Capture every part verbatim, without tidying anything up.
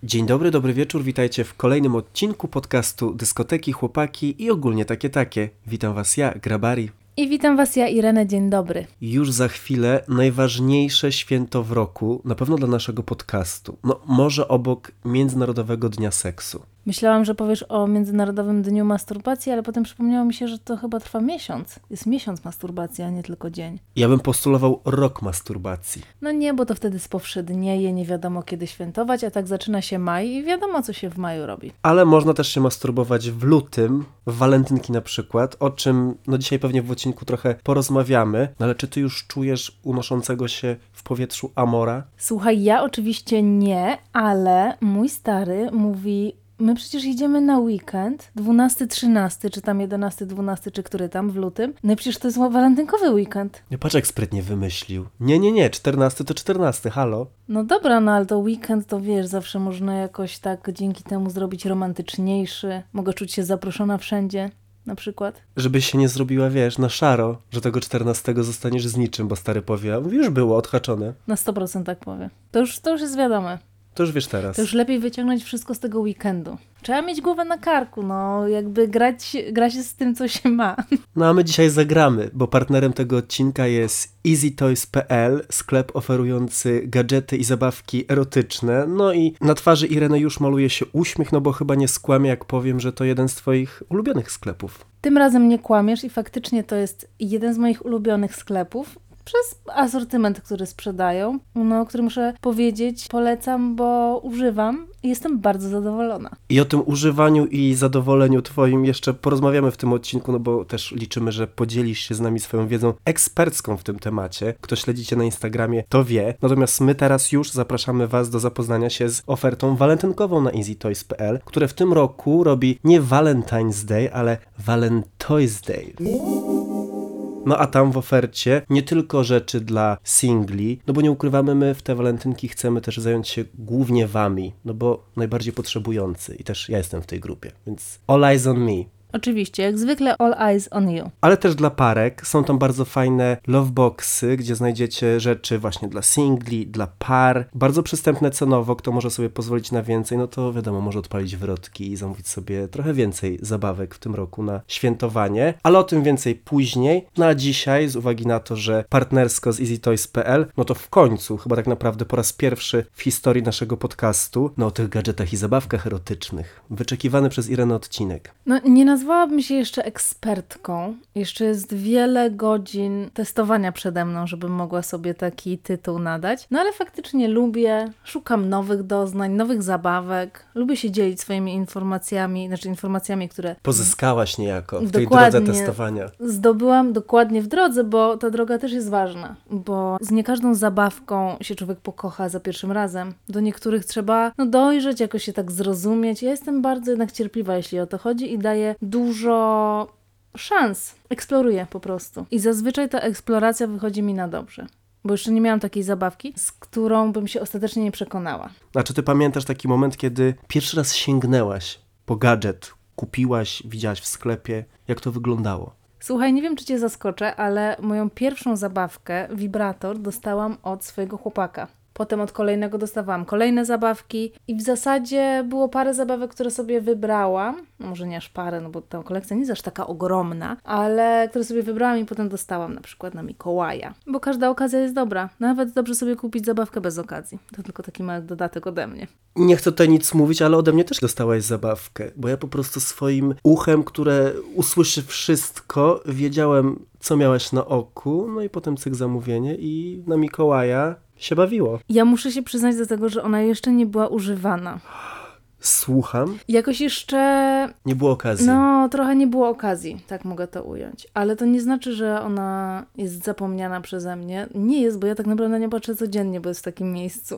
Dzień dobry, dobry wieczór, witajcie w kolejnym odcinku podcastu Dyskoteki, Chłopaki i ogólnie takie takie. Witam was ja, Grabari. I witam was ja, Irene, dzień dobry. Już za chwilę najważniejsze święto w roku, na pewno dla naszego podcastu. No może obok Międzynarodowego Dnia Seksu. Myślałam, że powiesz o Międzynarodowym Dniu Masturbacji, ale potem przypomniało mi się, że to chyba trwa miesiąc. Jest miesiąc masturbacji, a nie tylko dzień. Ja bym postulował rok masturbacji. No nie, bo to wtedy spowszednieje, nie wiadomo kiedy świętować, a tak zaczyna się maj i wiadomo, co się w maju robi. Ale można też się masturbować w lutym, w walentynki na przykład, o czym no dzisiaj pewnie w odcinku trochę porozmawiamy. No ale czy ty już czujesz unoszącego się w powietrzu amora? Słuchaj, ja oczywiście nie, ale mój stary mówi... My przecież jedziemy na weekend, dwunasty, trzynasty, czy tam jedenasty, dwunasty, czy który tam w lutym. No i przecież to jest walentynkowy weekend. Nie, patrz jak sprytnie wymyślił. Nie, nie, nie, czternasty to czternasty, halo. No dobra, no ale to weekend to wiesz, zawsze można jakoś tak dzięki temu zrobić romantyczniejszy. Mogę czuć się zaproszona wszędzie, na przykład. Żebyś się nie zrobiła, wiesz, na szaro, że tego czternastego zostaniesz z niczym, bo stary powie, a mówi, już było odhaczone. Na sto procent tak powie. To już, to już jest wiadome. To już wiesz teraz. To już lepiej wyciągnąć wszystko z tego weekendu. Trzeba mieć głowę na karku, no jakby grać, gra się z tym, co się ma. No a my dzisiaj zagramy, bo partnerem tego odcinka jest easy toys kropka p l, sklep oferujący gadżety i zabawki erotyczne. No i na twarzy Ireny już maluje się uśmiech, no bo chyba nie skłamię, jak powiem, że to jeden z twoich ulubionych sklepów. Tym razem nie kłamiesz i faktycznie to jest jeden z moich ulubionych sklepów. Przez asortyment, który sprzedają, no, który muszę powiedzieć, polecam, bo używam i jestem bardzo zadowolona. I o tym używaniu i zadowoleniu twoim jeszcze porozmawiamy w tym odcinku, no bo też liczymy, że podzielisz się z nami swoją wiedzą ekspercką w tym temacie. Kto śledzicie na Instagramie, to wie. Natomiast my teraz już zapraszamy was do zapoznania się z ofertą walentynkową na easy toys kropka p l, które w tym roku robi nie Valentine's Day, ale Valentoy's Day. No a tam w ofercie nie tylko rzeczy dla singli, no bo nie ukrywamy, my w te walentynki chcemy też zająć się głównie wami, no bo najbardziej potrzebujący i też ja jestem w tej grupie, więc all eyes on me. Oczywiście, jak zwykle all eyes on you. Ale też dla parek są tam bardzo fajne loveboxy, gdzie znajdziecie rzeczy właśnie dla singli, dla par. Bardzo przystępne cenowo, kto może sobie pozwolić na więcej, no to wiadomo, może odpalić wrotki i zamówić sobie trochę więcej zabawek w tym roku na świętowanie. Ale o tym więcej później. No a dzisiaj, z uwagi na to, że partnersko z easy toys kropka p l, no to w końcu, chyba tak naprawdę po raz pierwszy w historii naszego podcastu, no o tych gadżetach i zabawkach erotycznych. Wyczekiwany przez Irenę odcinek. No nie nazwałabym się jeszcze ekspertką. Jeszcze jest wiele godzin testowania przede mną, żebym mogła sobie taki tytuł nadać. No ale faktycznie lubię, szukam nowych doznań, nowych zabawek. Lubię się dzielić swoimi informacjami, znaczy informacjami, które... Pozyskałaś niejako w dokładnie tej drodze testowania. Zdobyłam dokładnie w drodze, bo ta droga też jest ważna. Bo z nie każdą zabawką się człowiek pokocha za pierwszym razem. Do niektórych trzeba no, dojrzeć, jakoś się tak zrozumieć. Ja jestem bardzo jednak cierpliwa, jeśli o to chodzi i daję dużo szans. Eksploruję po prostu. I zazwyczaj ta eksploracja wychodzi mi na dobrze. Bo jeszcze nie miałam takiej zabawki, z którą bym się ostatecznie nie przekonała. A czy ty pamiętasz taki moment, kiedy pierwszy raz sięgnęłaś po gadżet, kupiłaś, widziałaś w sklepie? Jak to wyglądało? Słuchaj, nie wiem, czy cię zaskoczę, ale moją pierwszą zabawkę, wibrator, dostałam od swojego chłopaka. Potem od kolejnego dostawałam kolejne zabawki i w zasadzie było parę zabawek, które sobie wybrałam. No może nie aż parę, no bo ta kolekcja nie jest aż taka ogromna, ale które sobie wybrałam i potem dostałam na przykład na Mikołaja. Bo każda okazja jest dobra. Nawet dobrze sobie kupić zabawkę bez okazji. To tylko taki mały dodatek ode mnie. Nie chcę tutaj nic mówić, ale ode mnie też dostałaś zabawkę, bo ja po prostu swoim uchem, które usłyszy wszystko, wiedziałem, co miałaś na oku, no i potem cyk zamówienie i na Mikołaja się bawiło. Ja muszę się przyznać do tego, że ona jeszcze nie była używana. Słucham. Jakoś jeszcze... Nie było okazji. No, trochę nie było okazji, tak mogę to ująć. Ale to nie znaczy, że ona jest zapomniana przeze mnie. Nie jest, bo ja tak naprawdę na nią patrzę codziennie, bo jest w takim miejscu.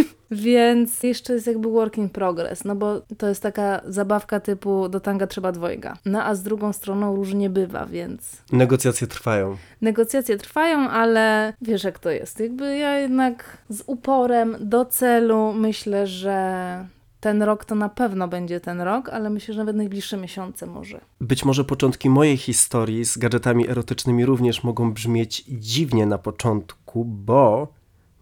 Więc jeszcze jest jakby work in progress, no bo to jest taka zabawka typu do tanga trzeba dwojga. No a z drugą stroną różnie bywa, więc... Negocjacje trwają. Negocjacje trwają, ale wiesz jak to jest. Jakby ja jednak z uporem do celu myślę, że ten rok to na pewno będzie ten rok, ale myślę, że nawet najbliższe miesiące może. Być może początki mojej historii z gadżetami erotycznymi również mogą brzmieć dziwnie na początku, bo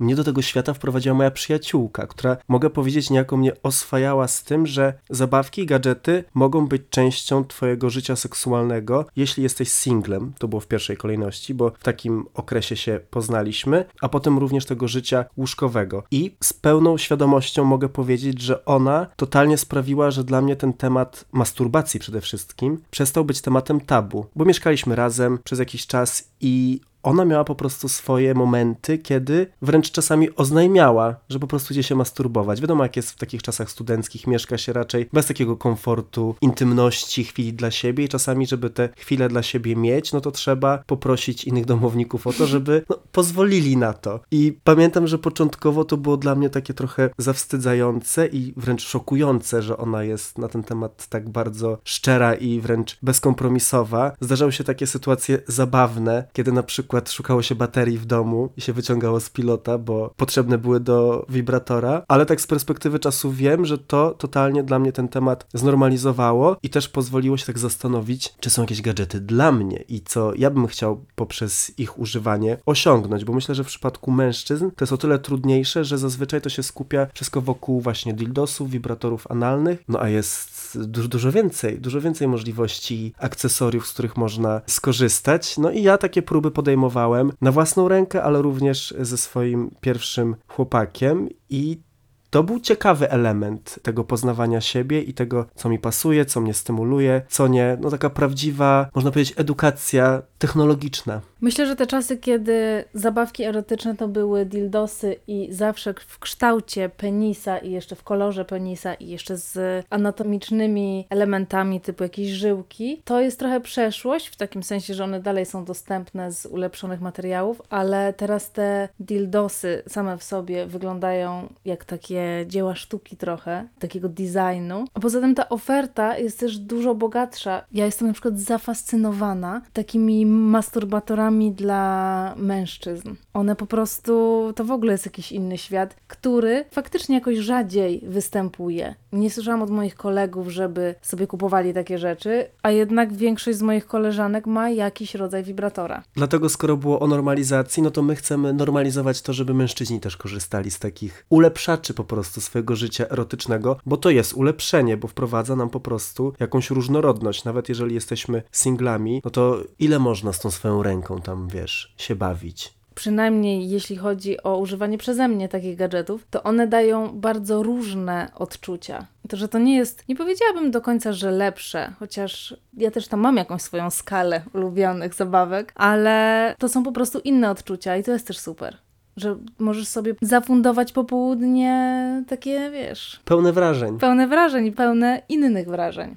mnie do tego świata wprowadziła moja przyjaciółka, która, mogę powiedzieć, niejako mnie oswajała z tym, że zabawki i gadżety mogą być częścią twojego życia seksualnego, jeśli jesteś singlem, to było w pierwszej kolejności, bo w takim okresie się poznaliśmy, a potem również tego życia łóżkowego. I z pełną świadomością mogę powiedzieć, że ona totalnie sprawiła, że dla mnie ten temat masturbacji przede wszystkim przestał być tematem tabu, bo mieszkaliśmy razem przez jakiś czas i ona miała po prostu swoje momenty, kiedy wręcz czasami oznajmiała, że po prostu idzie się masturbować. Wiadomo, jak jest w takich czasach studenckich, mieszka się raczej bez takiego komfortu, intymności, chwili dla siebie i czasami, żeby te chwile dla siebie mieć, no to trzeba poprosić innych domowników o to, żeby no, pozwolili na to. I pamiętam, że początkowo to było dla mnie takie trochę zawstydzające i wręcz szokujące, że ona jest na ten temat tak bardzo szczera i wręcz bezkompromisowa. Zdarzały się takie sytuacje zabawne, kiedy na przykład szukało się baterii w domu i się wyciągało z pilota, bo potrzebne były do wibratora, ale tak z perspektywy czasu wiem, że to totalnie dla mnie ten temat znormalizowało i też pozwoliło się tak zastanowić, czy są jakieś gadżety dla mnie i co ja bym chciał poprzez ich używanie osiągnąć, bo myślę, że w przypadku mężczyzn to jest o tyle trudniejsze, że zazwyczaj to się skupia wszystko wokół właśnie dildosów, wibratorów analnych, no a jest dużo, dużo więcej, dużo więcej możliwości, akcesoriów, z których można skorzystać, no i ja takie próby podejmowałem na własną rękę, ale również ze swoim pierwszym chłopakiem i to był ciekawy element tego poznawania siebie i tego, co mi pasuje, co mnie stymuluje, co nie. No taka prawdziwa, można powiedzieć, edukacja technologiczna. Myślę, że te czasy, kiedy zabawki erotyczne to były dildosy i zawsze w kształcie penisa i jeszcze w kolorze penisa i jeszcze z anatomicznymi elementami typu jakieś żyłki, to jest trochę przeszłość, w takim sensie, że one dalej są dostępne z ulepszonych materiałów, ale teraz te dildosy same w sobie wyglądają jak takie dzieła sztuki trochę, takiego designu. A poza tym ta oferta jest też dużo bogatsza. Ja jestem na przykład zafascynowana takimi masturbatorami dla mężczyzn. One po prostu, to w ogóle jest jakiś inny świat, który faktycznie jakoś rzadziej występuje. Nie słyszałam od moich kolegów, żeby sobie kupowali takie rzeczy, a jednak większość z moich koleżanek ma jakiś rodzaj wibratora. Dlatego skoro było o normalizacji, no to my chcemy normalizować to, żeby mężczyźni też korzystali z takich ulepszaczy po prostu swojego życia erotycznego, bo to jest ulepszenie, bo wprowadza nam po prostu jakąś różnorodność. Nawet jeżeli jesteśmy singlami, no to ile można z tą swoją ręką tam, wiesz, się bawić? Przynajmniej jeśli chodzi o używanie przeze mnie takich gadżetów, to one dają bardzo różne odczucia. To, że to nie jest, nie powiedziałabym do końca, że lepsze, chociaż ja też tam mam jakąś swoją skalę ulubionych zabawek, ale to są po prostu inne odczucia i to jest też super. Że możesz sobie zafundować popołudnie takie, wiesz... Pełne wrażeń. Pełne wrażeń i pełne innych wrażeń.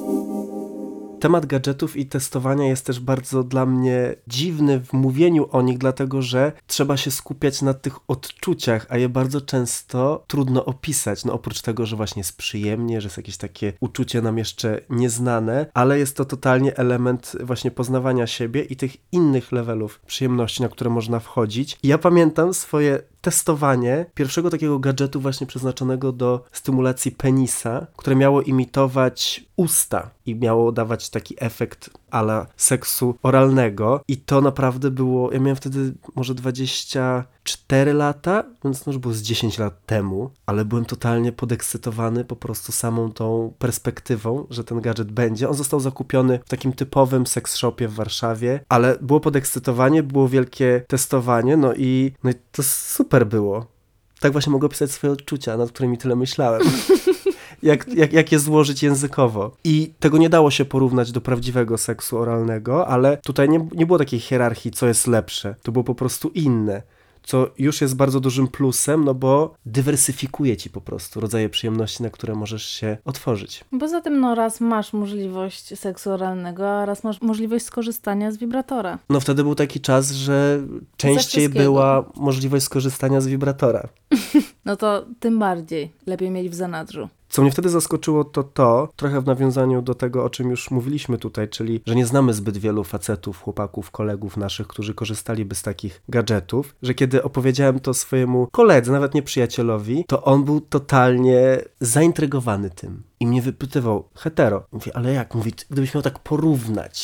Temat gadżetów i testowania jest też bardzo dla mnie dziwny w mówieniu o nich, dlatego że trzeba się skupiać na tych odczuciach, a je bardzo często trudno opisać. No oprócz tego, że właśnie jest przyjemnie, że jest jakieś takie uczucie nam jeszcze nieznane, ale jest to totalnie element właśnie poznawania siebie i tych innych levelów przyjemności, na które można wchodzić. I ja pamiętam swoje testowanie pierwszego takiego gadżetu właśnie przeznaczonego do stymulacji penisa, które miało imitować usta i miało dawać taki efekt a la seksu oralnego i to naprawdę było, ja miałem wtedy może dwadzieścia cztery lata, więc to już było z dziesięć lat temu, ale byłem totalnie podekscytowany po prostu samą tą perspektywą, że ten gadżet będzie. On został zakupiony w takim typowym seks shopie w Warszawie, ale było podekscytowanie, było wielkie testowanie, no i, no i to super było. Tak właśnie mogę opisać swoje odczucia, nad którymi tyle myślałem. Jak, jak, jak je złożyć językowo. I tego nie dało się porównać do prawdziwego seksu oralnego, ale tutaj nie, nie było takiej hierarchii, co jest lepsze. To było po prostu inne, co już jest bardzo dużym plusem, no bo dywersyfikuje ci po prostu rodzaje przyjemności, na które możesz się otworzyć. Poza tym, no raz masz możliwość seksu oralnego, a raz masz możliwość skorzystania z wibratora. No wtedy był taki czas, że częściej była możliwość skorzystania z wibratora. No to tym bardziej lepiej mieć w zanadrzu. Co mnie wtedy zaskoczyło, to to, trochę w nawiązaniu do tego, o czym już mówiliśmy tutaj, czyli, że nie znamy zbyt wielu facetów, chłopaków, kolegów naszych, którzy korzystaliby z takich gadżetów, że kiedy opowiedziałem to swojemu koledze, nawet nie przyjacielowi, to on był totalnie zaintrygowany tym i mnie wypytywał, hetero, mówi, ale jak, mówi, gdybyś miał tak porównać,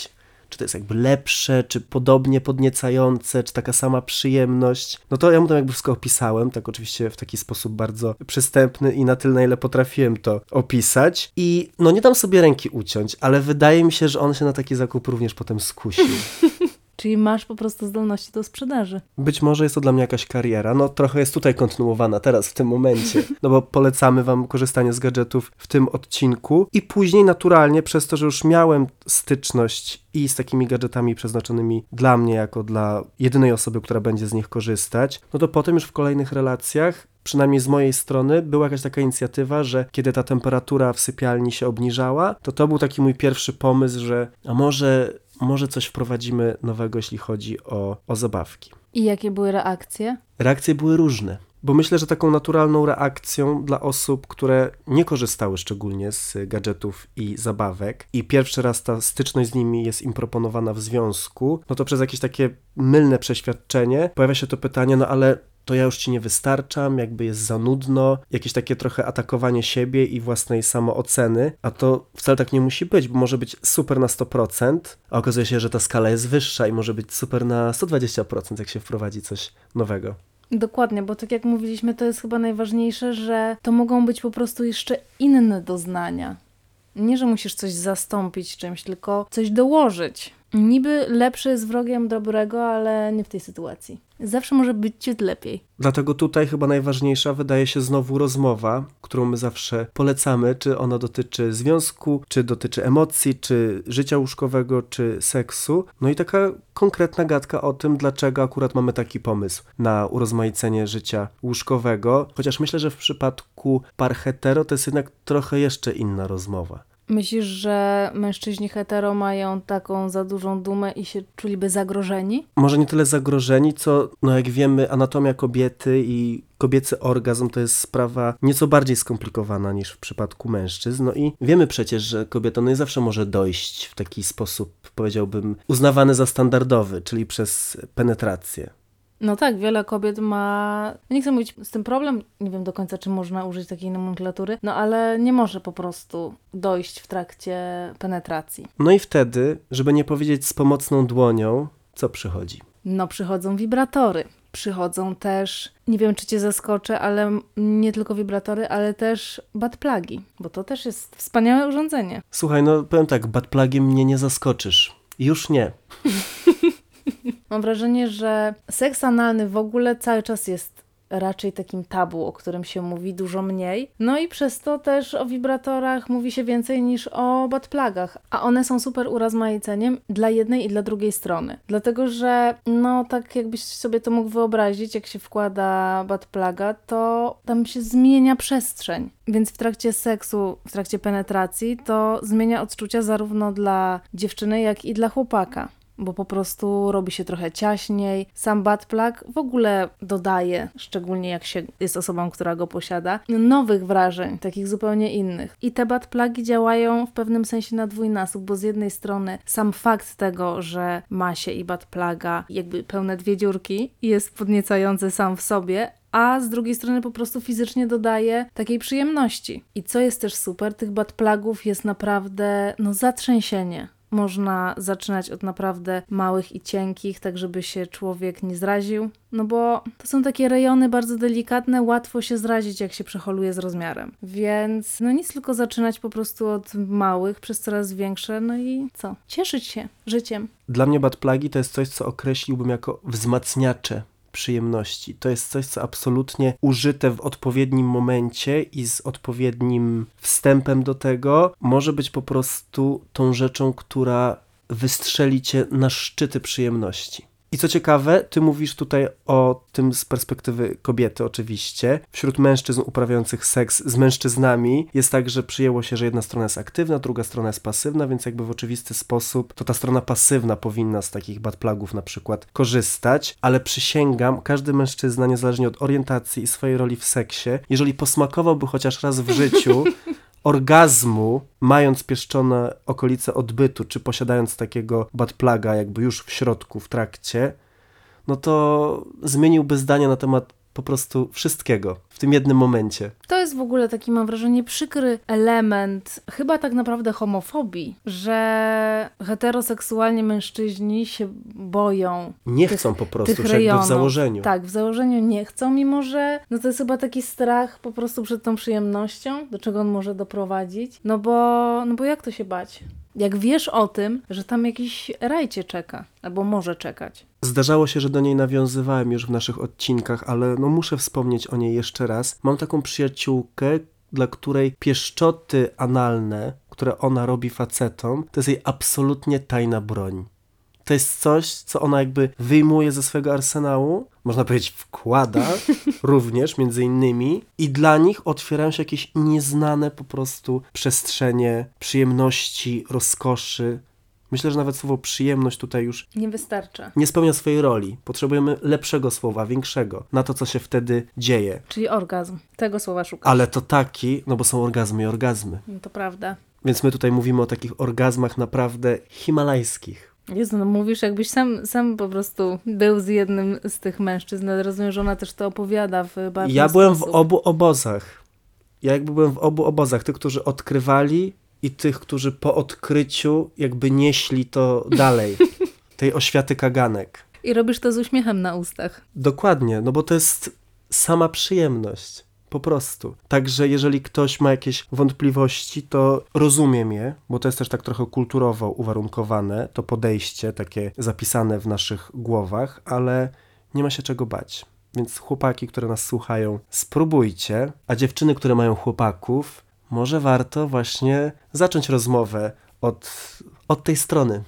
czy to jest jakby lepsze, czy podobnie podniecające, czy taka sama przyjemność. No to ja mu tam jakby wszystko opisałem, tak oczywiście w taki sposób bardzo przystępny i na tyle, na ile potrafiłem to opisać. I no nie dam sobie ręki uciąć, ale wydaje mi się, że on się na taki zakup również potem skusił. Czyli masz po prostu zdolności do sprzedaży. Być może jest to dla mnie jakaś kariera, no trochę jest tutaj kontynuowana teraz, w tym momencie, no bo polecamy wam korzystanie z gadżetów w tym odcinku i później naturalnie, przez to, że już miałem styczność i z takimi gadżetami przeznaczonymi dla mnie, jako dla jedynej osoby, która będzie z nich korzystać, no to potem już w kolejnych relacjach, przynajmniej z mojej strony, była jakaś taka inicjatywa, że kiedy ta temperatura w sypialni się obniżała, to to był taki mój pierwszy pomysł, że a może... może coś wprowadzimy nowego, jeśli chodzi o, o zabawki. I jakie były reakcje? Reakcje były różne, bo myślę, że taką naturalną reakcją dla osób, które nie korzystały szczególnie z gadżetów i zabawek i pierwszy raz ta styczność z nimi jest im proponowana w związku, no to przez jakieś takie mylne przeświadczenie pojawia się to pytanie, no ale to ja już ci nie wystarczam, jakby jest za nudno, jakieś takie trochę atakowanie siebie i własnej samooceny, a to wcale tak nie musi być, bo może być super na sto procent, a okazuje się, że ta skala jest wyższa i może być super na sto dwadzieścia procent, jak się wprowadzi coś nowego. Dokładnie, bo tak jak mówiliśmy, to jest chyba najważniejsze, że to mogą być po prostu jeszcze inne doznania. Nie, że musisz coś zastąpić czymś, tylko coś dołożyć. Niby lepszy jest wrogiem dobrego, ale nie w tej sytuacji. Zawsze może być ciut lepiej. Dlatego tutaj chyba najważniejsza wydaje się znowu rozmowa, którą my zawsze polecamy, czy ona dotyczy związku, czy dotyczy emocji, czy życia łóżkowego, czy seksu. No i taka konkretna gadka o tym, dlaczego akurat mamy taki pomysł na urozmaicenie życia łóżkowego. Chociaż myślę, że w przypadku par hetero to jest jednak trochę jeszcze inna rozmowa. Myślisz, że mężczyźni hetero mają taką za dużą dumę i się czuliby zagrożeni? Może nie tyle zagrożeni, co, no jak wiemy, anatomia kobiety i kobiecy orgazm to jest sprawa nieco bardziej skomplikowana niż w przypadku mężczyzn. No i wiemy przecież, że kobieta no nie zawsze może dojść w taki sposób, powiedziałbym, uznawany za standardowy, czyli przez penetrację. No tak, wiele kobiet ma, nie chcę mówić z tym problem, nie wiem do końca, czy można użyć takiej nomenklatury, no ale nie może po prostu dojść w trakcie penetracji. No i wtedy, żeby nie powiedzieć z pomocną dłonią, co przychodzi? No przychodzą wibratory. Przychodzą też, nie wiem czy cię zaskoczę, ale nie tylko wibratory, ale też buttplug'i, bo to też jest wspaniałe urządzenie. Słuchaj, no powiem tak, buttplugiem mnie nie zaskoczysz. Już nie. Mam wrażenie, że seks analny w ogóle cały czas jest raczej takim tabu, o którym się mówi dużo mniej. No i przez to też o wibratorach mówi się więcej niż o buttplugach, a one są super urozmaiceniem dla jednej i dla drugiej strony. Dlatego, że no tak jakbyś sobie to mógł wyobrazić, jak się wkłada buttpluga, to tam się zmienia przestrzeń. Więc w trakcie seksu, w trakcie penetracji to zmienia odczucia zarówno dla dziewczyny, jak i dla chłopaka. Bo po prostu robi się trochę ciaśniej. Sam buttplug w ogóle dodaje, szczególnie jak się jest osobą, która go posiada, nowych wrażeń, takich zupełnie innych. I te buttplugi działają w pewnym sensie na dwójnasób, bo z jednej strony sam fakt tego, że ma się i buttpluga jakby pełne dwie dziurki jest podniecający sam w sobie, a z drugiej strony po prostu fizycznie dodaje takiej przyjemności. I co jest też super, tych buttplugów jest naprawdę no zatrzęsienie. Można zaczynać od naprawdę małych i cienkich, tak żeby się człowiek nie zraził, no bo to są takie rejony bardzo delikatne, łatwo się zrazić, jak się przeholuje z rozmiarem. Więc no nic, tylko zaczynać po prostu od małych, przez coraz większe, no i co? Cieszyć się życiem. Dla mnie buttplugi to jest coś, co określiłbym jako wzmacniacze przyjemności. To jest coś, co absolutnie użyte w odpowiednim momencie i z odpowiednim wstępem do tego może być po prostu tą rzeczą, która wystrzeli cię na szczyty przyjemności. I co ciekawe, ty mówisz tutaj o tym z perspektywy kobiety oczywiście. Wśród mężczyzn uprawiających seks z mężczyznami jest tak, że przyjęło się, że jedna strona jest aktywna, druga strona jest pasywna, więc jakby w oczywisty sposób to ta strona pasywna powinna z takich buttplugów na przykład korzystać, ale przysięgam, każdy mężczyzna, niezależnie od orientacji i swojej roli w seksie, jeżeli posmakowałby chociaż raz w życiu orgazmu, mając pieszczone okolice odbytu, czy posiadając takiego buttpluga jakby już w środku, w trakcie, no to zmieniłby zdanie na temat po prostu wszystkiego w tym jednym momencie. To jest w ogóle taki, mam wrażenie, przykry element chyba tak naprawdę homofobii, że heteroseksualni mężczyźni się boją. Nie tych, chcą po prostu, tych że jakby rejonów. w założeniu. Tak, w założeniu nie chcą, mimo że no to jest chyba taki strach po prostu przed tą przyjemnością, do czego on może doprowadzić. No bo, no bo jak to się bać? Jak wiesz o tym, że tam jakiś raj cię czeka, albo może czekać. Zdarzało się, że do niej nawiązywałem już w naszych odcinkach, ale no muszę wspomnieć o niej jeszcze raz. Mam taką przyjaciółkę, dla której pieszczoty analne, które ona robi facetom, to jest jej absolutnie tajna broń. To jest coś, co ona jakby wyjmuje ze swojego arsenału, można powiedzieć wkłada również między innymi i dla nich otwierają się jakieś nieznane po prostu przestrzenie przyjemności, rozkoszy. Myślę, że nawet słowo przyjemność tutaj już nie wystarcza. Nie spełnia swojej roli. Potrzebujemy lepszego słowa, większego, na to, co się wtedy dzieje. Czyli orgazm. Tego słowa szukam. Ale to taki, no bo są orgazmy i orgazmy. No to prawda. Więc my tutaj mówimy o takich orgazmach naprawdę himalajskich. Jezu, no mówisz, jakbyś sam, sam po prostu był z jednym z tych mężczyzn, ale rozumiem, że ona też to opowiada w bardzo Ja byłem sposób. w obu obozach. Ja jakby byłem w obu obozach. Tych, którzy odkrywali i tych, którzy po odkryciu jakby nieśli to dalej. Tej oświaty kaganek. I robisz to z uśmiechem na ustach. Dokładnie, no bo to jest sama przyjemność. Po prostu. Także jeżeli ktoś ma jakieś wątpliwości, to rozumiem je, bo to jest też tak trochę kulturowo uwarunkowane, to podejście takie zapisane w naszych głowach, ale nie ma się czego bać. Więc chłopaki, które nas słuchają, spróbujcie, a dziewczyny, które mają chłopaków, może warto właśnie zacząć rozmowę od, od tej strony.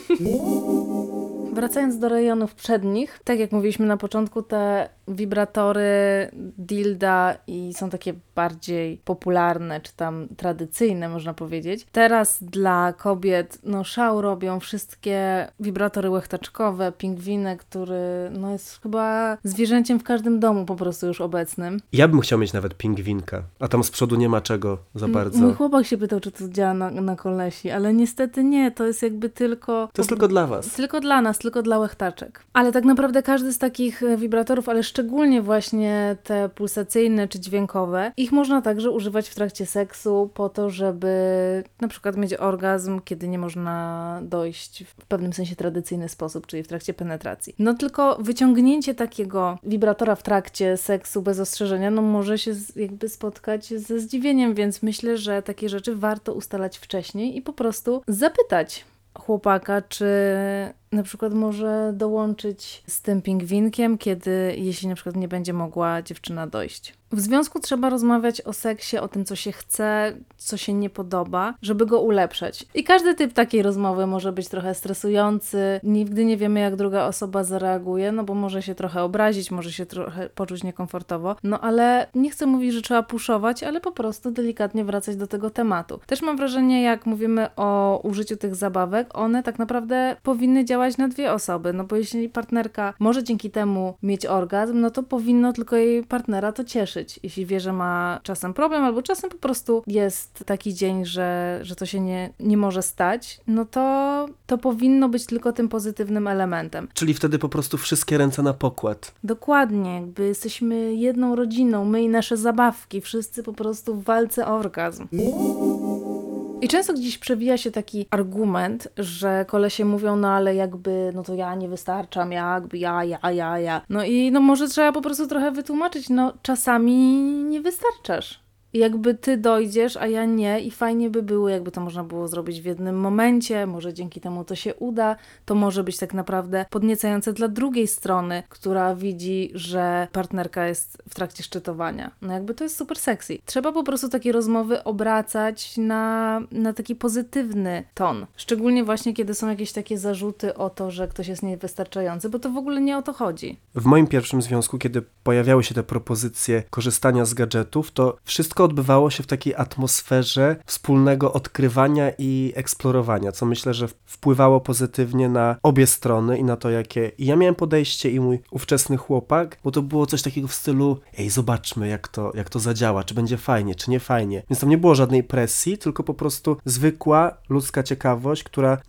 Wracając do rejonów przednich, tak jak mówiliśmy na początku, te wibratory, dilda i są takie bardziej popularne, czy tam tradycyjne, można powiedzieć. Teraz dla kobiet, no szał robią wszystkie wibratory łechtaczkowe, pingwiny, który no jest chyba zwierzęciem w każdym domu po prostu już obecnym. Ja bym chciał mieć nawet pingwinka, a tam z przodu nie ma czego za bardzo. Mój chłopak się pytał, czy to działa na, na kolesi, ale niestety nie, to jest jakby tylko... To jest tylko dla was. Tylko dla nas, tylko dla łechtaczek. Ale tak naprawdę każdy z takich wibratorów, ale szczególnie właśnie te pulsacyjne czy dźwiękowe, ich można także używać w trakcie seksu po to, żeby na przykład mieć orgazm, kiedy nie można dojść w pewnym sensie tradycyjny sposób, czyli w trakcie penetracji. No tylko wyciągnięcie takiego wibratora w trakcie seksu bez ostrzeżenia, no może się z, jakby spotkać ze zdziwieniem, więc myślę, że takie rzeczy warto ustalać wcześniej i po prostu zapytać chłopaka, czy na przykład może dołączyć z tym pingwinkiem, kiedy, jeśli na przykład nie będzie mogła dziewczyna dojść. W związku trzeba rozmawiać o seksie, o tym, co się chce, co się nie podoba, żeby go ulepszać. I każdy typ takiej rozmowy może być trochę stresujący. Nigdy nie wiemy, jak druga osoba zareaguje, no bo może się trochę obrazić, może się trochę poczuć niekomfortowo. No ale nie chcę mówić, że trzeba puszować, ale po prostu delikatnie wracać do tego tematu. Też mam wrażenie, jak mówimy o użyciu tych zabawek, one tak naprawdę powinny działać na dwie osoby, no bo jeśli partnerka może dzięki temu mieć orgazm, no to powinno tylko jej partnera to cieszyć. Jeśli wie, że ma czasem problem, albo czasem po prostu jest taki dzień, że, że to się nie, nie może stać, no to, to powinno być tylko tym pozytywnym elementem. Czyli wtedy po prostu wszystkie ręce na pokład. Dokładnie, jakby jesteśmy jedną rodziną, my i nasze zabawki, wszyscy po prostu w walce o orgazm. I często gdzieś przewija się taki argument, że kolesie mówią, no ale jakby, no to ja nie wystarczam, jakby ja, ja, ja, ja. No i no może trzeba po prostu trochę wytłumaczyć, no czasami nie wystarczasz. I jakby ty dojdziesz, a ja nie i fajnie by było, jakby to można było zrobić w jednym momencie, może dzięki temu to się uda, to może być tak naprawdę podniecające dla drugiej strony, która widzi, że partnerka jest w trakcie szczytowania. No jakby to jest super sexy. Trzeba po prostu takie rozmowy obracać na, na taki pozytywny ton. Szczególnie właśnie, kiedy są jakieś takie zarzuty o to, że ktoś jest niewystarczający, bo to w ogóle nie o to chodzi. W moim pierwszym związku, kiedy pojawiały się te propozycje korzystania z gadżetów, to wszystko odbywało się w takiej atmosferze wspólnego odkrywania i eksplorowania, co myślę, że wpływało pozytywnie na obie strony i na to, jakie... I ja miałem podejście i mój ówczesny chłopak, bo to było coś takiego w stylu ej, zobaczmy, jak to, jak to zadziała, czy będzie fajnie, czy nie fajnie. Więc tam nie było żadnej presji, tylko po prostu zwykła ludzka ciekawość, która no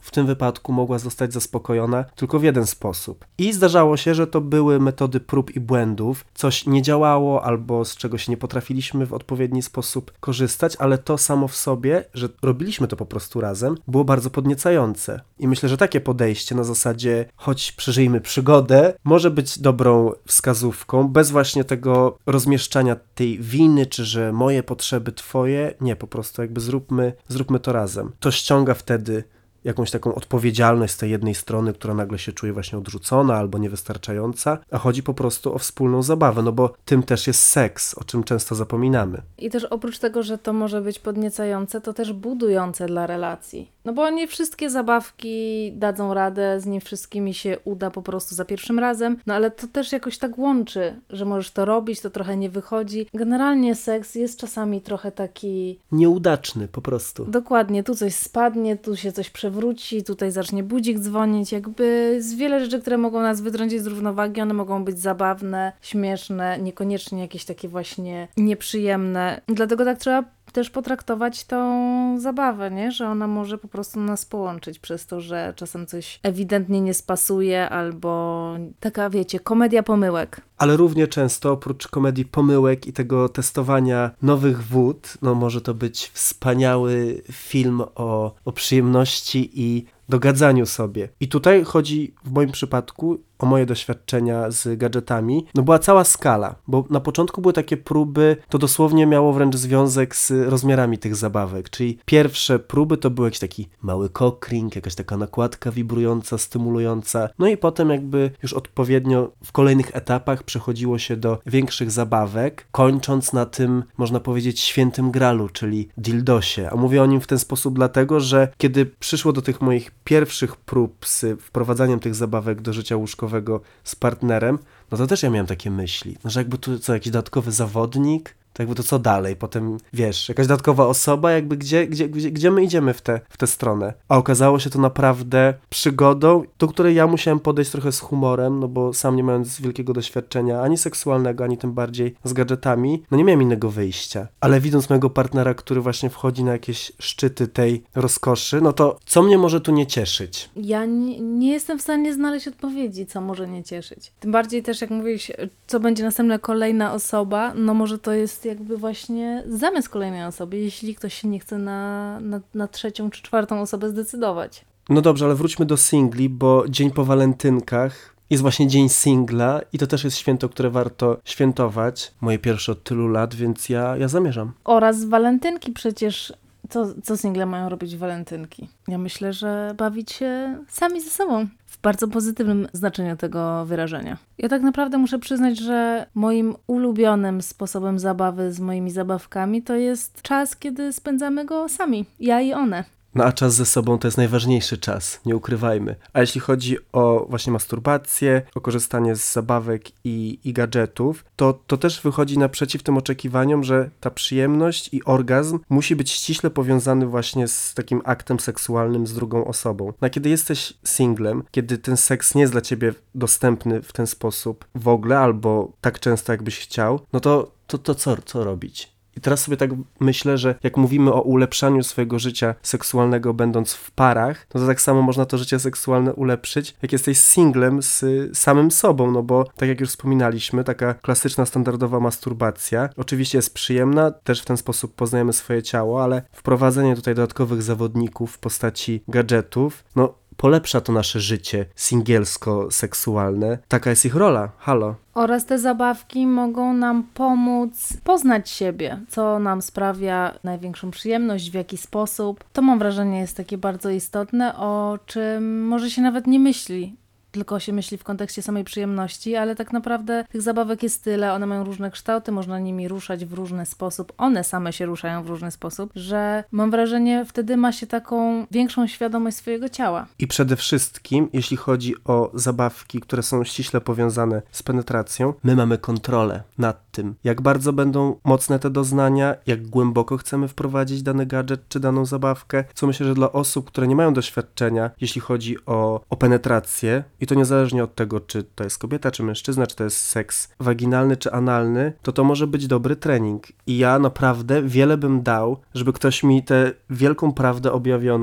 w tym wypadku mogła zostać zaspokojona tylko w jeden sposób. I zdarzało się, że to były metody prób i błędów, coś nie działało albo z czegoś nie potrafiliśmy w odpowiedni sposób korzystać, ale to samo w sobie, że robiliśmy to po prostu razem, było bardzo podniecające. I myślę, że takie podejście na zasadzie choć przeżyjmy przygodę, może być dobrą wskazówką, bez właśnie tego rozmieszczania tej winy, czy że moje potrzeby, twoje, nie, po prostu jakby zróbmy, zróbmy to razem. To ściąga wtedy jakąś taką odpowiedzialność z tej jednej strony, która nagle się czuje właśnie odrzucona albo niewystarczająca, a chodzi po prostu o wspólną zabawę, no bo tym też jest seks, o czym często zapominamy. I też oprócz tego, że to może być podniecające, to też budujące dla relacji. No bo nie wszystkie zabawki dadzą radę, z nie wszystkimi się uda po prostu za pierwszym razem, no ale to też jakoś tak łączy, że możesz to robić, to trochę nie wychodzi. Generalnie seks jest czasami trochę taki... Nieudaczny po prostu. Dokładnie, tu coś spadnie, tu się coś przewróci, tutaj zacznie budzik dzwonić, jakby jest wiele rzeczy, które mogą nas wytrącić z równowagi, one mogą być zabawne, śmieszne, niekoniecznie jakieś takie właśnie nieprzyjemne. Dlatego tak trzeba też potraktować tą zabawę, nie? Że ona może po prostu nas połączyć przez to, że czasem coś ewidentnie nie spasuje albo taka, wiecie, komedia pomyłek. Ale równie często oprócz komedii pomyłek i tego testowania nowych wód, no może to być wspaniały film o, o przyjemności i dogadzaniu sobie. I tutaj chodzi w moim przypadku o moje doświadczenia z gadżetami. No była cała skala, bo na początku były takie próby, to dosłownie miało wręcz związek z rozmiarami tych zabawek, czyli pierwsze próby to był jakiś taki mały cockring, jakaś taka nakładka wibrująca, stymulująca, no i potem jakby już odpowiednio w kolejnych etapach przechodziło się do większych zabawek, kończąc na tym, można powiedzieć, świętym gralu, czyli dildosie. A mówię o nim w ten sposób dlatego, że kiedy przyszło do tych moich pierwszych prób z wprowadzaniem tych zabawek do życia łóżkowego z partnerem, no to też ja miałem takie myśli, no że jakby tu co, jakiś dodatkowy zawodnik, to jakby to co dalej? Potem, wiesz, jakaś dodatkowa osoba, jakby gdzie, gdzie, gdzie, gdzie my idziemy w tę w tę stronę? A okazało się to naprawdę przygodą, do której ja musiałem podejść trochę z humorem, no bo sam nie mając wielkiego doświadczenia ani seksualnego, ani tym bardziej z gadżetami, no nie miałem innego wyjścia. Ale widząc mojego partnera, który właśnie wchodzi na jakieś szczyty tej rozkoszy, no to co mnie może tu nie cieszyć? Ja nie, nie jestem w stanie znaleźć odpowiedzi, co może nie cieszyć. Tym bardziej też, jak mówisz, co będzie następna kolejna osoba, no może to jest jakby właśnie zamysł kolejnej osoby, jeśli ktoś się nie chce na, na, na trzecią czy czwartą osobę zdecydować. No dobrze, ale wróćmy do singli, bo dzień po walentynkach jest właśnie dzień singla i to też jest święto, które warto świętować. Moje pierwsze od tylu lat, więc ja, ja zamierzam. Oraz walentynki przecież. Co, co single mają robić w walentynki? Ja myślę, że bawić się sami ze sobą. W bardzo pozytywnym znaczeniu tego wyrażenia. Ja tak naprawdę muszę przyznać, że moim ulubionym sposobem zabawy z moimi zabawkami to jest czas, kiedy spędzamy go sami. Ja i one. No a czas ze sobą to jest najważniejszy czas, nie ukrywajmy. A jeśli chodzi o właśnie masturbację, o korzystanie z zabawek i, i gadżetów, to, to też wychodzi naprzeciw tym oczekiwaniom, że ta przyjemność i orgazm musi być ściśle powiązany właśnie z takim aktem seksualnym z drugą osobą. No a kiedy jesteś singlem, kiedy ten seks nie jest dla ciebie dostępny w ten sposób w ogóle, albo tak często jakbyś chciał, no to, to, to co, co robić? I teraz sobie tak myślę, że jak mówimy o ulepszaniu swojego życia seksualnego będąc w parach, no to tak samo można to życie seksualne ulepszyć, jak jesteś singlem z samym sobą, no bo tak jak już wspominaliśmy, taka klasyczna, standardowa masturbacja oczywiście jest przyjemna, też w ten sposób poznajemy swoje ciało, ale wprowadzenie tutaj dodatkowych zawodników w postaci gadżetów, no polepsza to nasze życie singielsko-seksualne. Taka jest ich rola. Halo. Oraz te zabawki mogą nam pomóc poznać siebie, co nam sprawia największą przyjemność, w jaki sposób. To mam wrażenie jest takie bardzo istotne, o czym może się nawet nie myśli. Tylko się myśli w kontekście samej przyjemności, ale tak naprawdę tych zabawek jest tyle, one mają różne kształty, można nimi ruszać w różny sposób, one same się ruszają w różny sposób, że mam wrażenie, wtedy ma się taką większą świadomość swojego ciała. I przede wszystkim, jeśli chodzi o zabawki, które są ściśle powiązane z penetracją, my mamy kontrolę nad tym, jak bardzo będą mocne te doznania, jak głęboko chcemy wprowadzić dany gadżet czy daną zabawkę, co myślę, że dla osób, które nie mają doświadczenia, jeśli chodzi o, o penetrację, i to niezależnie od tego, czy to jest kobieta, czy mężczyzna, czy to jest seks waginalny, czy analny, to to może być dobry trening. I ja naprawdę wiele bym dał, żeby ktoś mi tę wielką prawdę objawioną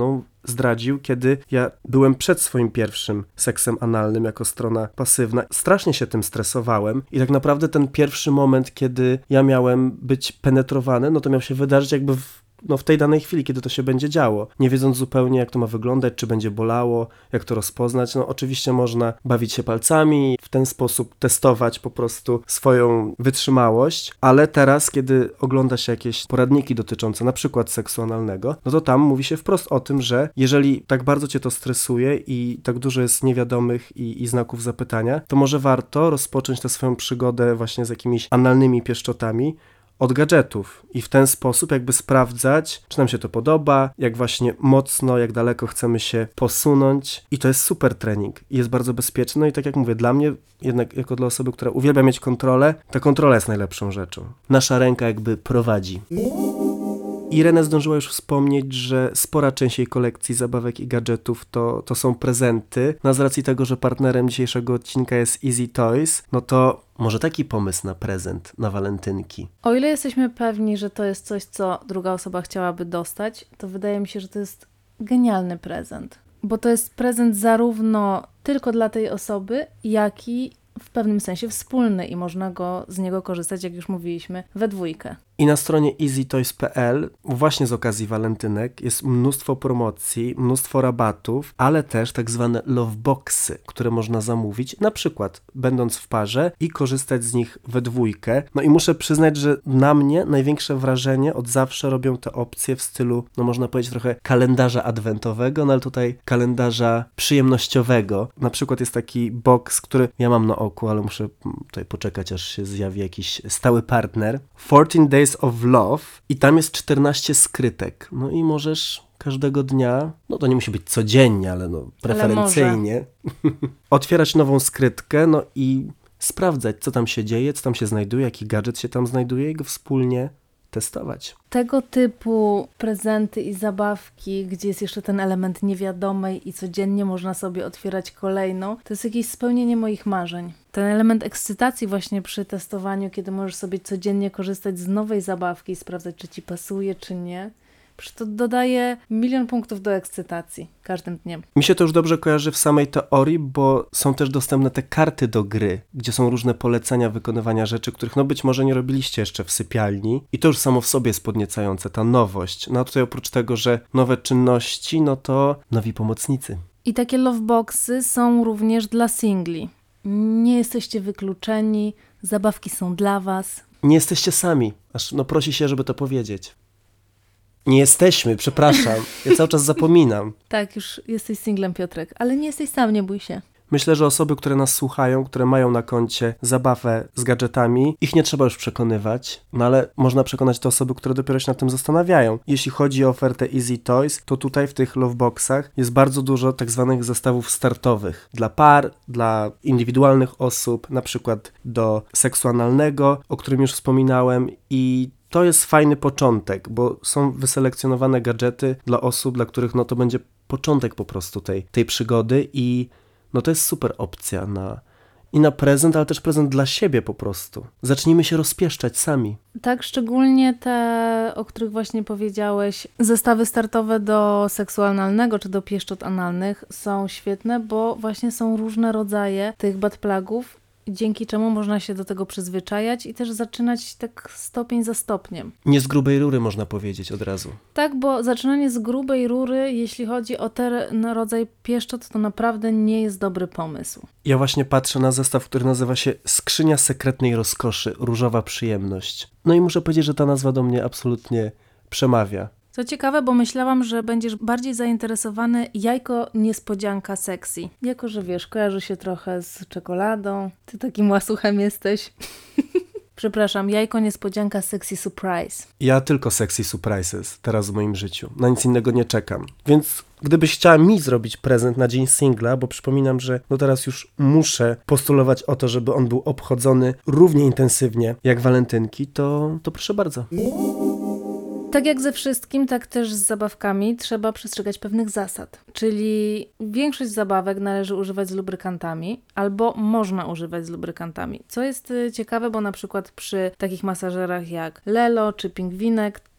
zdradził, kiedy ja byłem przed swoim pierwszym seksem analnym jako strona pasywna. Strasznie się tym stresowałem i tak naprawdę ten pierwszy moment, kiedy ja miałem być penetrowany, no to miał się wydarzyć jakby w no w tej danej chwili, kiedy to się będzie działo, nie wiedząc zupełnie, jak to ma wyglądać, czy będzie bolało, jak to rozpoznać. No oczywiście można bawić się palcami, w ten sposób testować po prostu swoją wytrzymałość, ale teraz, kiedy ogląda się jakieś poradniki dotyczące na przykład seksu analnego, no to tam mówi się wprost o tym, że jeżeli tak bardzo cię to stresuje i tak dużo jest niewiadomych i, i znaków zapytania, to może warto rozpocząć tę swoją przygodę właśnie z jakimiś analnymi pieszczotami od gadżetów i w ten sposób jakby sprawdzać, czy nam się to podoba, jak właśnie mocno, jak daleko chcemy się posunąć i to jest super trening i jest bardzo bezpieczny. No i tak jak mówię, dla mnie jednak jako dla osoby, która uwielbia mieć kontrolę, ta kontrola jest najlepszą rzeczą. Nasza ręka jakby prowadzi. Irene zdążyła już wspomnieć, że spora część jej kolekcji zabawek i gadżetów to, to są prezenty. No z racji tego, że partnerem dzisiejszego odcinka jest Easy Toys, no to może taki pomysł na prezent na walentynki. O ile jesteśmy pewni, że to jest coś, co druga osoba chciałaby dostać, to wydaje mi się, że to jest genialny prezent. Bo to jest prezent zarówno tylko dla tej osoby, jak i w pewnym sensie wspólny i można go z niego korzystać, jak już mówiliśmy, we dwójkę. I na stronie easy toys kropka p l właśnie z okazji walentynek jest mnóstwo promocji, mnóstwo rabatów, ale też tak zwane loveboxy, które można zamówić, na przykład będąc w parze i korzystać z nich we dwójkę. No i muszę przyznać, że na mnie największe wrażenie od zawsze robią te opcje w stylu, no można powiedzieć trochę kalendarza adwentowego, no ale tutaj kalendarza przyjemnościowego. Na przykład jest taki box, który ja mam na oku, ale muszę tutaj poczekać, aż się zjawi jakiś stały partner. czternaście Days of Love i tam jest czternaście skrytek. No i możesz każdego dnia, no to nie musi być codziennie, ale no preferencyjnie, otwierać nową skrytkę, no i sprawdzać, co tam się dzieje, co tam się znajduje, jaki gadżet się tam znajduje i go wspólnie testować. Tego typu prezenty i zabawki, gdzie jest jeszcze ten element niewiadomej i codziennie można sobie otwierać kolejną, to jest jakieś spełnienie moich marzeń. Ten element ekscytacji właśnie przy testowaniu, kiedy możesz sobie codziennie korzystać z nowej zabawki i sprawdzać, czy ci pasuje, czy nie. Przecież to dodaje milion punktów do ekscytacji każdym dniem. Mi się to już dobrze kojarzy w samej teorii, bo są też dostępne te karty do gry, gdzie są różne polecenia wykonywania rzeczy, których no być może nie robiliście jeszcze w sypialni i to już samo w sobie jest podniecające, ta nowość. No a tutaj oprócz tego, że nowe czynności, no to nowi pomocnicy. I takie loveboxy są również dla singli. Nie jesteście wykluczeni, zabawki są dla was. Nie jesteście sami, aż no prosi się, żeby to powiedzieć. Nie jesteśmy, przepraszam. Ja cały czas zapominam. Tak, już jesteś singlem, Piotrek, ale nie jesteś sam, nie bój się. Myślę, że osoby, które nas słuchają, które mają na koncie zabawę z gadżetami, ich nie trzeba już przekonywać, no ale można przekonać te osoby, które dopiero się nad tym zastanawiają. Jeśli chodzi o ofertę Easy Toys, to tutaj w tych loveboxach jest bardzo dużo tak zwanych zestawów startowych dla par, dla indywidualnych osób, na przykład do seksu analnego, o którym już wspominałem i to jest fajny początek, bo są wyselekcjonowane gadżety dla osób, dla których no to będzie początek po prostu tej, tej przygody i no to jest super opcja na, i na prezent, ale też prezent dla siebie po prostu. Zacznijmy się rozpieszczać sami. Tak, szczególnie te, o których właśnie powiedziałeś, zestawy startowe do seksu analnego czy do pieszczot analnych są świetne, bo właśnie są różne rodzaje tych buttplugów, dzięki czemu można się do tego przyzwyczajać i też zaczynać tak stopień za stopniem. Nie z grubej rury można powiedzieć od razu. Tak, bo zaczynanie z grubej rury, jeśli chodzi o ten rodzaj pieszczot, to naprawdę nie jest dobry pomysł. Ja właśnie patrzę na zestaw, który nazywa się Skrzynia sekretnej rozkoszy, różowa przyjemność. No i muszę powiedzieć, że ta nazwa do mnie absolutnie przemawia. Co ciekawe, bo myślałam, że będziesz bardziej zainteresowany jajko niespodzianka sexy. Jako, że wiesz, kojarzy się trochę z czekoladą. Ty takim łasuchem jesteś. Przepraszam, jajko niespodzianka sexy surprise. Ja tylko sexy surprises teraz w moim życiu. Na nic innego nie czekam. Więc gdybyś chciała mi zrobić prezent na dzień singla, bo przypominam, że no teraz już muszę postulować o to, żeby on był obchodzony równie intensywnie jak walentynki, to, to proszę bardzo. Tak jak ze wszystkim, tak też z zabawkami trzeba przestrzegać pewnych zasad. Czyli większość zabawek należy używać z lubrykantami albo można używać z lubrykantami. Co jest ciekawe, bo na przykład przy takich masażerach jak Lelo czy Pingwinek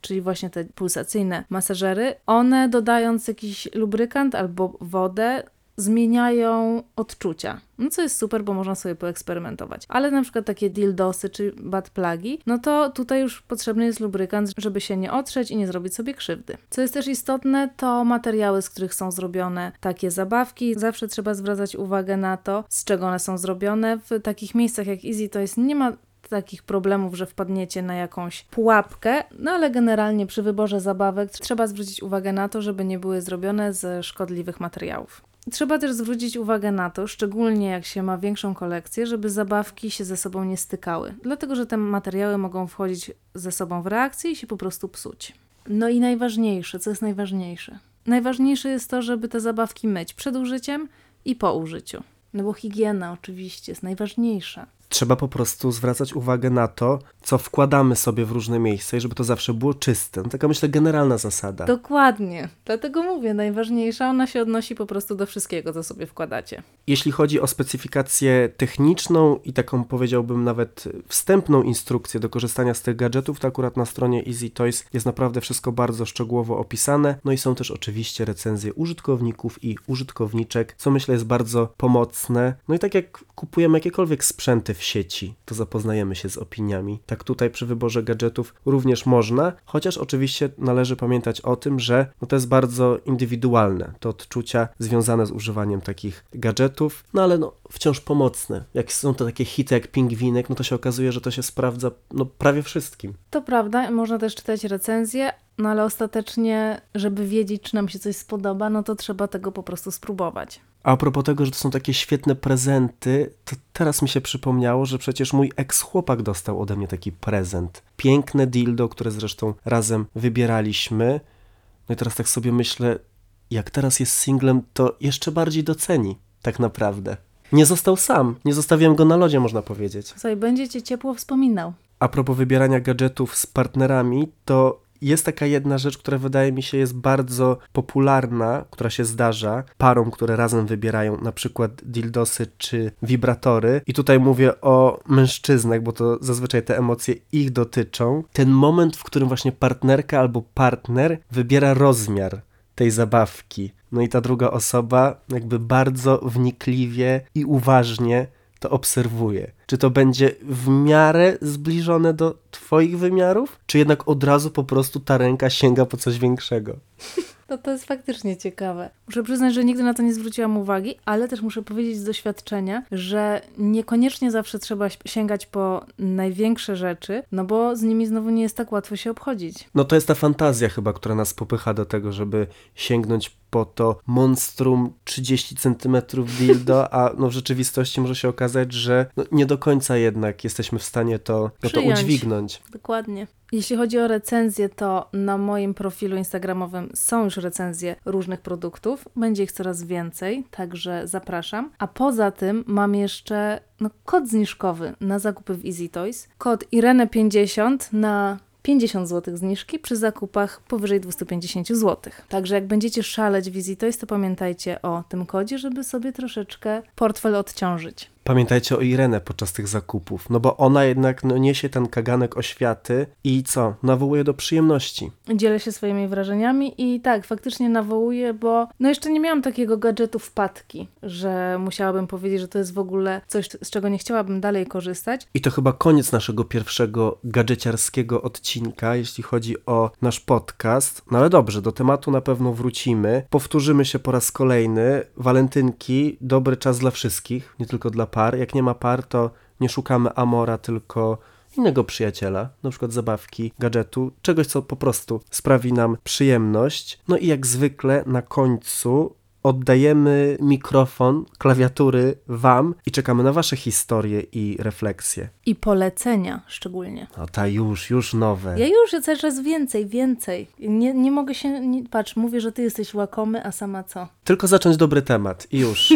czyli właśnie te pulsacyjne masażery, one dodając jakiś lubrykant albo wodę, zmieniają odczucia. No co jest super, bo można sobie poeksperymentować. Ale na przykład takie dildosy czy butt plugi, no to tutaj już potrzebny jest lubrykant, żeby się nie otrzeć i nie zrobić sobie krzywdy. Co jest też istotne, to materiały, z których są zrobione takie zabawki. Zawsze trzeba zwracać uwagę na to, z czego one są zrobione. W takich miejscach jak Easy Toys nie ma takich problemów, że wpadniecie na jakąś pułapkę, no ale generalnie przy wyborze zabawek trzeba zwrócić uwagę na to, żeby nie były zrobione ze szkodliwych materiałów. Trzeba też zwrócić uwagę na to, szczególnie jak się ma większą kolekcję, żeby zabawki się ze sobą nie stykały, dlatego że te materiały mogą wchodzić ze sobą w reakcję i się po prostu psuć. No i najważniejsze, co jest najważniejsze? Najważniejsze jest to, żeby te zabawki myć przed użyciem i po użyciu. No bo higiena oczywiście jest najważniejsza. Trzeba po prostu zwracać uwagę na to, co wkładamy sobie w różne miejsca i żeby to zawsze było czyste. No, taka, myślę, generalna zasada. Dokładnie. Dlatego mówię, najważniejsza, ona się odnosi po prostu do wszystkiego, co sobie wkładacie. Jeśli chodzi o specyfikację techniczną i taką, powiedziałbym, nawet wstępną instrukcję do korzystania z tych gadżetów, to akurat na stronie Easy Toys jest naprawdę wszystko bardzo szczegółowo opisane. No i są też oczywiście recenzje użytkowników i użytkowniczek, co myślę jest bardzo pomocne. No i tak jak kupujemy jakiekolwiek sprzęty w sieci, to zapoznajemy się z opiniami. Tak tutaj przy wyborze gadżetów również można, chociaż oczywiście należy pamiętać o tym, że no to jest bardzo indywidualne, to odczucia związane z używaniem takich gadżetów, no ale no wciąż pomocne. Jak są to takie hity jak pingwinek, no to się okazuje, że to się sprawdza no prawie wszystkim. To prawda, można też czytać recenzje, no ale ostatecznie, żeby wiedzieć, czy nam się coś spodoba, no to trzeba tego po prostu spróbować. A a propos tego, że to są takie świetne prezenty, to teraz mi się przypomniało, że przecież mój ex-chłopak dostał ode mnie taki prezent. Piękne dildo, które zresztą razem wybieraliśmy. No i teraz tak sobie myślę, jak teraz jest singlem, to jeszcze bardziej doceni, tak naprawdę. Nie został sam, nie zostawiłem go na lodzie, można powiedzieć. Słuchaj, będzie cię ciepło wspominał. A propos wybierania gadżetów z partnerami, to jest taka jedna rzecz, która wydaje mi się jest bardzo popularna, która się zdarza parom, które razem wybierają na przykład dildosy czy wibratory. I tutaj mówię o mężczyznach, bo to zazwyczaj te emocje ich dotyczą. Ten moment, w którym właśnie partnerka albo partner wybiera rozmiar tej zabawki. No i ta druga osoba jakby bardzo wnikliwie i uważnie to obserwuje. Czy to będzie w miarę zbliżone do twoich wymiarów, czy jednak od razu po prostu ta ręka sięga po coś większego? No to jest faktycznie ciekawe. Muszę przyznać, że nigdy na to nie zwróciłam uwagi, ale też muszę powiedzieć z doświadczenia, że niekoniecznie zawsze trzeba sięgać po największe rzeczy, no bo z nimi znowu nie jest tak łatwo się obchodzić. No to jest ta fantazja chyba, która nas popycha do tego, żeby sięgnąć po to monstrum trzydzieści centymetrów dildo, a no w rzeczywistości może się okazać, że no nie do końca jednak jesteśmy w stanie to, no to udźwignąć. Dokładnie. Jeśli chodzi o recenzje, to na moim profilu instagramowym są już recenzje różnych produktów. Będzie ich coraz więcej, także zapraszam. A poza tym mam jeszcze no, kod zniżkowy na zakupy w Easy Toys. Kod Irene pięćdziesiąt na pięćdziesiąt złotych zniżki przy zakupach powyżej dwieście pięćdziesiąt złotych. Także jak będziecie szaleć w Easy Toys, to pamiętajcie o tym kodzie, żeby sobie troszeczkę portfel odciążyć. Pamiętajcie o Irenę podczas tych zakupów, no bo ona jednak no, niesie ten kaganek oświaty i co? Nawołuje do przyjemności. Dzielę się swoimi wrażeniami i tak, faktycznie nawołuję, bo no jeszcze nie miałam takiego gadżetu wpadki, że musiałabym powiedzieć, że to jest w ogóle coś, z czego nie chciałabym dalej korzystać. I to chyba koniec naszego pierwszego gadżeciarskiego odcinka, jeśli chodzi o nasz podcast. No ale dobrze, do tematu na pewno wrócimy. Powtórzymy się po raz kolejny. Walentynki, dobry czas dla wszystkich, nie tylko dla par. Jak nie ma par, to nie szukamy amora, tylko innego przyjaciela, na przykład zabawki, gadżetu, czegoś, co po prostu sprawi nam przyjemność. No i jak zwykle na końcu oddajemy mikrofon, klawiatury wam i czekamy na wasze historie i refleksje. I polecenia szczególnie. No ta już, już nowe. Ja już cały czas więcej, więcej. Nie, nie mogę się, nie, patrz, mówię, że ty jesteś łakomy, a sama co? Tylko zacząć dobry temat i już.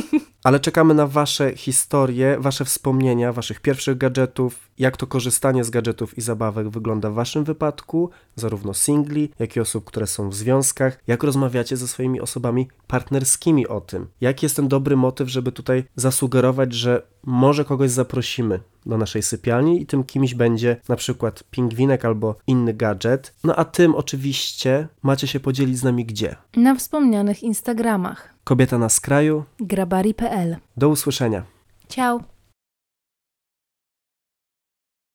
ale czekamy na wasze historie, wasze wspomnienia, waszych pierwszych gadżetów, jak to korzystanie z gadżetów i zabawek wygląda w waszym wypadku, zarówno singli, jak i osób, które są w związkach, jak rozmawiacie ze swoimi osobami partnerskimi o tym, jaki jest ten dobry motyw, żeby tutaj zasugerować, że może kogoś zaprosimy do naszej sypialni i tym kimś będzie na przykład pingwinek albo inny gadżet. No a tym oczywiście macie się podzielić z nami gdzie? Na wspomnianych Instagramach. Kobieta na skraju. grabari kropka p l. Do usłyszenia. Ciao!